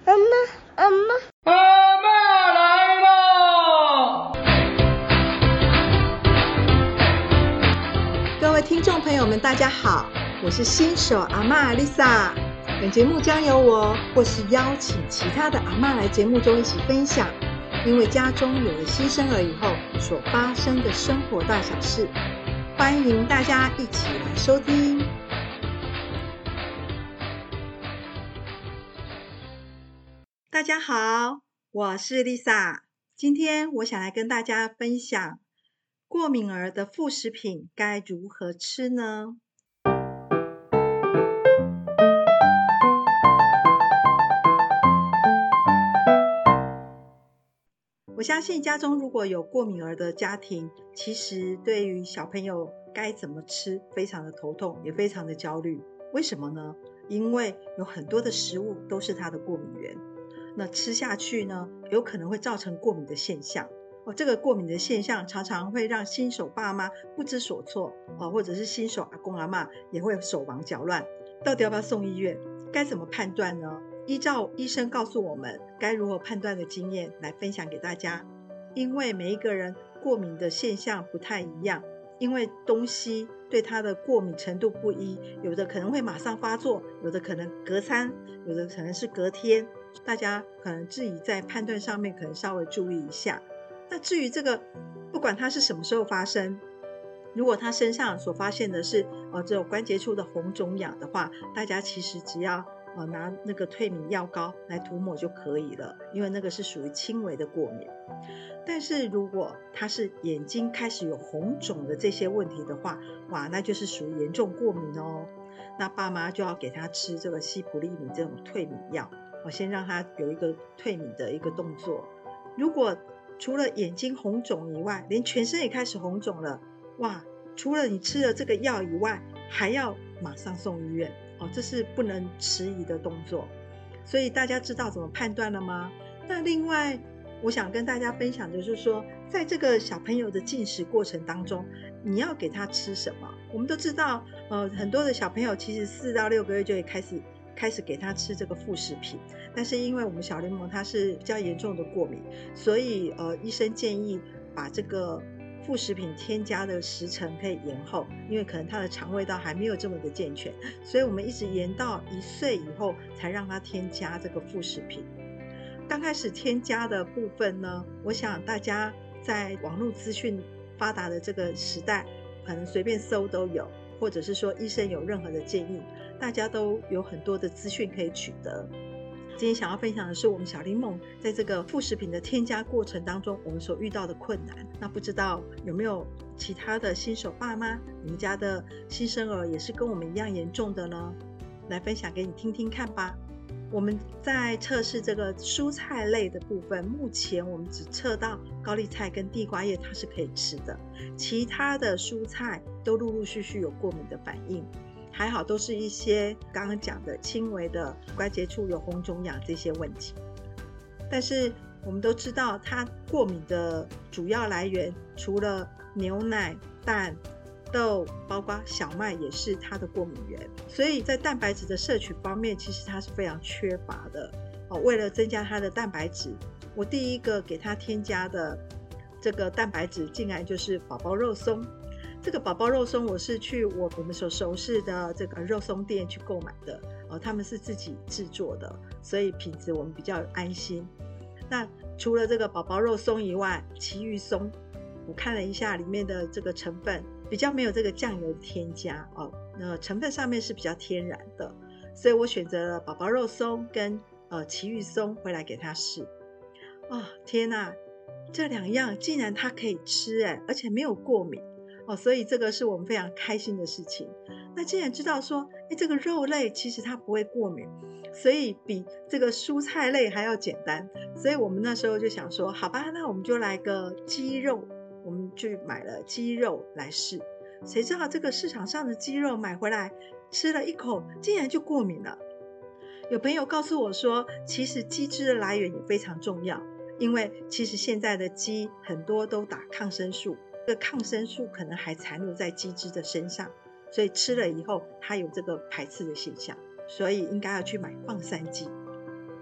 阿嬷来了！ 各位听众朋友们，大家好，我是新手阿嬷 Lisa。本节目将由我或是邀请其他的阿嬷来节目中一起分享，因为家中有了新生儿以后所发生的生活大小事，欢迎大家一起来收听。大家好，我是 Lisa。今天我想来跟大家分享过敏儿的副食品该如何吃呢？我相信家中如果有过敏儿的家庭，其实对于小朋友该怎么吃非常的头痛，也非常的焦虑。为什么呢？因为有很多的食物都是它的过敏源，那吃下去呢，有可能会造成过敏的现象。这个过敏的现象常常会让新手爸妈不知所措，或者是新手阿公阿嬷也会手忙脚乱。到底要不要送医院？该怎么判断呢？依照医生告诉我们该如何判断的经验来分享给大家。因为每一个人过敏的现象不太一样，因为东西对他的过敏程度不一，有的可能会马上发作，有的可能隔餐，有的可能是隔天，大家可能自己在判断上面可能稍微注意一下。那至于这个不管它是什么时候发生，如果他身上所发现的是这种关节处的红肿痒的话，大家其实只要拿那个退敏药膏来涂抹就可以了，因为那个是属于轻微的过敏。但是如果他是眼睛开始有红肿的这些问题的话，哇，那就是属于严重过敏哦。那爸妈就要给他吃这个西普利敏这种退敏药，先让他有一个退敏的一个动作。如果除了眼睛红肿以外，连全身也开始红肿了，哇，除了你吃了这个药以外，还要马上送医院，这是不能迟疑的动作。所以大家知道怎么判断了吗？那另外我想跟大家分享的就是说，在这个小朋友的进食过程当中，你要给他吃什么？我们都知道很多的小朋友其实4到6个月就会开始给他吃这个副食品，但是因为我们小柠檬它是比较严重的过敏，所以医生建议把这个副食品添加的时程可以延后，因为可能他的肠胃道还没有这么的健全，所以我们一直延到1岁以后才让他添加这个副食品。刚开始添加的部分呢，我想大家在网络资讯发达的这个时代，可能随便搜都有，或者是说医生有任何的建议，大家都有很多的资讯可以取得。今天想要分享的是我们小柠檬在这个副食品的添加过程当中我们所遇到的困难。那不知道有没有其他的新手爸妈，你们家的新生儿也是跟我们一样严重的呢？来分享给你听听看吧。我们在测试这个蔬菜类的部分，目前我们只测到高丽菜跟地瓜叶它是可以吃的，其他的蔬菜都陆陆续续有过敏的反应，还好都是一些刚刚讲的轻微的关节处有红肿痒这些问题。但是我们都知道它过敏的主要来源除了牛奶、蛋、豆，包括小麦也是它的过敏源，所以在蛋白质的摄取方面其实它是非常缺乏的。为了增加它的蛋白质，我第一个给它添加的这个蛋白质竟然就是宝宝肉松。这个宝宝肉松我是去我们所熟识的这个肉松店去购买的，他们是自己制作的，所以品质我们比较安心。那除了这个宝宝肉松以外，奇玉松我看了一下里面的这个成分，比较没有这个酱油添加那成分上面是比较天然的，所以我选择了宝宝肉松跟奇玉松回来给他试。天哪，这2样竟然他可以吃而且没有过敏所以这个是我们非常开心的事情。那既然知道说这个肉类其实它不会过敏，所以比这个蔬菜类还要简单，所以我们那时候就想说好吧，那我们就来个鸡肉，我们去买了鸡肉来试。谁知道这个市场上的鸡肉买回来吃了1口竟然就过敏了。有朋友告诉我说，其实鸡汁的来源也非常重要，因为其实现在的鸡很多都打抗生素，这个抗生素可能还残留在鸡汁的身上，所以吃了以后它有这个排斥的现象，所以应该要去买放山鸡。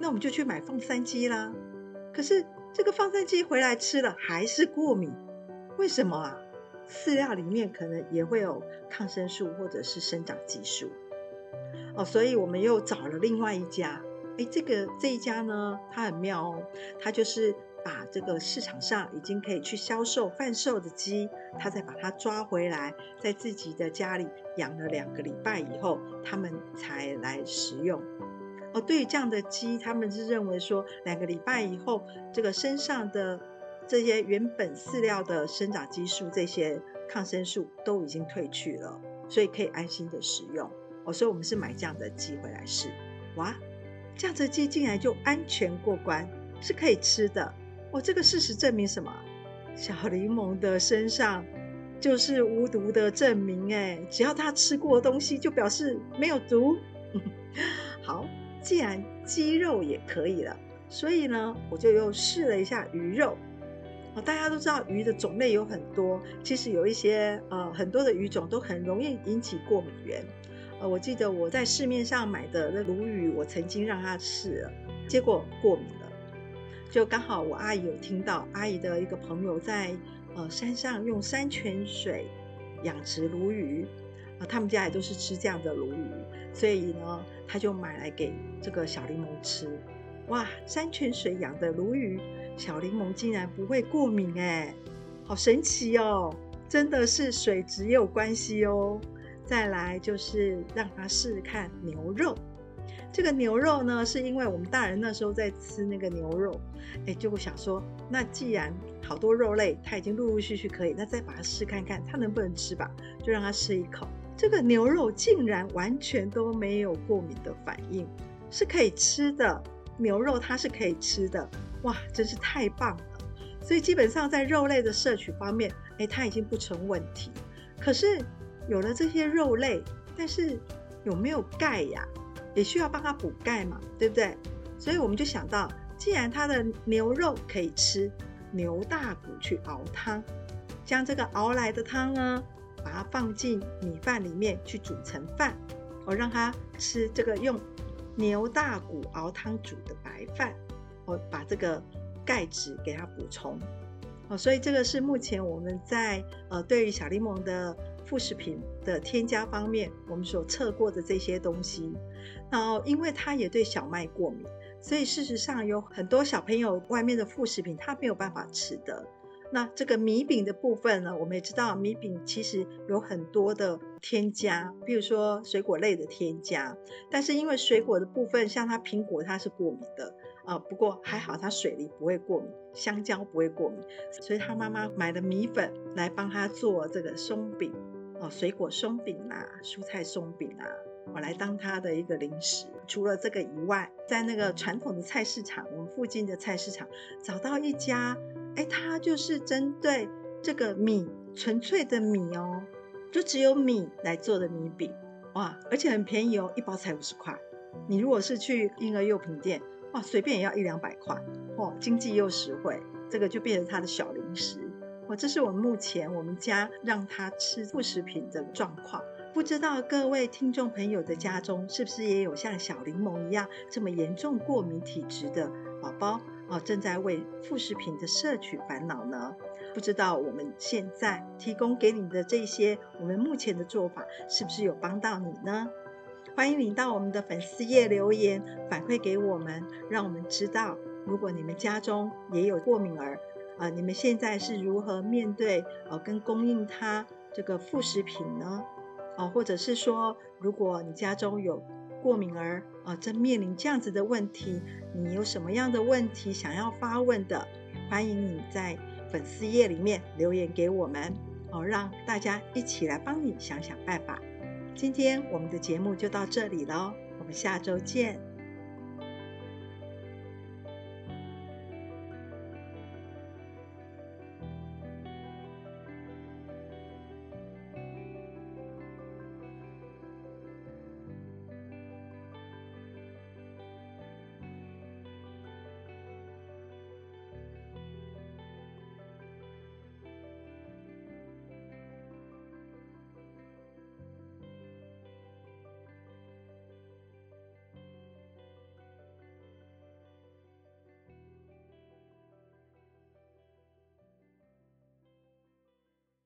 那我们就去买放山鸡啦。可是这个放山鸡回来吃了还是过敏，为什么啊？饲料里面可能也会有抗生素或者是生长激素所以我们又找了另外一家。这一家呢，它很妙哦，它就是把这个市场上已经可以去销售贩售的鸡，它再把它抓回来，在自己的家里养了2个礼拜以后，他们才来食用。对于这样的鸡，他们是认为说2个礼拜以后，这个身上的这些原本饲料的生长激素、这些抗生素都已经退去了，所以可以安心的食用。所以我们是买这样的鸡回来试。哇，这样的鸡竟然就安全过关，是可以吃的。这个事实证明什么？小柠檬的身上就是无毒的证明只要它吃过的东西就表示没有毒。好，既然鸡肉也可以了，所以呢，我就又试了一下鱼肉。大家都知道鱼的种类有很多，其实有一些很多的鱼种都很容易引起过敏源。我记得我在市面上买的那鲈鱼，我曾经让它试了，结果过敏了。就刚好我阿姨有听到，阿姨的一个朋友在山上用山泉水养殖鲈鱼，他们家也都是吃这样的鲈鱼，所以呢，他就买来给这个小柠檬吃。哇，山泉水养的鲈鱼，小柠檬竟然不会过敏好神奇哦！真的是水质也有关系哦。再来就是让他试试看牛肉。这个牛肉呢，是因为我们大人那时候在吃那个牛肉，结果想说，那既然好多肉类他已经陆陆续续可以，那再把它试看看他能不能吃吧，就让他吃一口。这个牛肉竟然完全都没有过敏的反应，是可以吃的。牛肉它是可以吃的，哇，真是太棒了。所以基本上在肉类的摄取方面，它已经不成问题。可是有了这些肉类，但是有没有钙呀？也需要帮它补钙嘛，对不对？所以我们就想到，既然它的牛肉可以吃，牛大骨去熬汤，将这个熬来的汤呢，把它放进米饭里面去煮成饭，让它吃这个用牛大骨熬汤煮的白饭，把这个钙质给它补充。所以这个是目前我们在对于小柠檬的副食品的添加方面，我们所测过的这些东西。然后因为它也对小麦过敏，所以事实上有很多小朋友外面的副食品他没有办法吃的。那这个米饼的部分呢，我们也知道米饼其实有很多的添加，比如说水果类的添加，但是因为水果的部分，像它苹果它是过敏的不过还好它水梨不会过敏，香蕉不会过敏，所以他妈妈买了米粉来帮他做这个松饼水果松饼蔬菜松饼来当他的一个零食。除了这个以外，在那个传统的菜市场，我们附近的菜市场找到一家它就是针对这个米，纯粹的米就只有米来做的米饼。哇，而且很便宜一包才50块。你如果是去婴儿用品店，哇，随便也要100-200块经济又实惠，这个就变成他的小零食。这是我们目前我们家让他吃副食品的状况。不知道各位听众朋友的家中是不是也有像小柠檬一样这么严重过敏体质的宝宝正在为副食品的摄取烦恼呢？不知道我们现在提供给你的这些我们目前的做法是不是有帮到你呢？欢迎你到我们的粉丝页留言反馈给我们，让我们知道如果你们家中也有过敏儿你们现在是如何面对跟供应它这个副食品呢？或者是说如果你家中有过敏儿正面临这样子的问题，你有什么样的问题想要发问的，欢迎你在粉丝页里面留言给我们让大家一起来帮你想想办法。今天我们的节目就到这里了，我们下周见。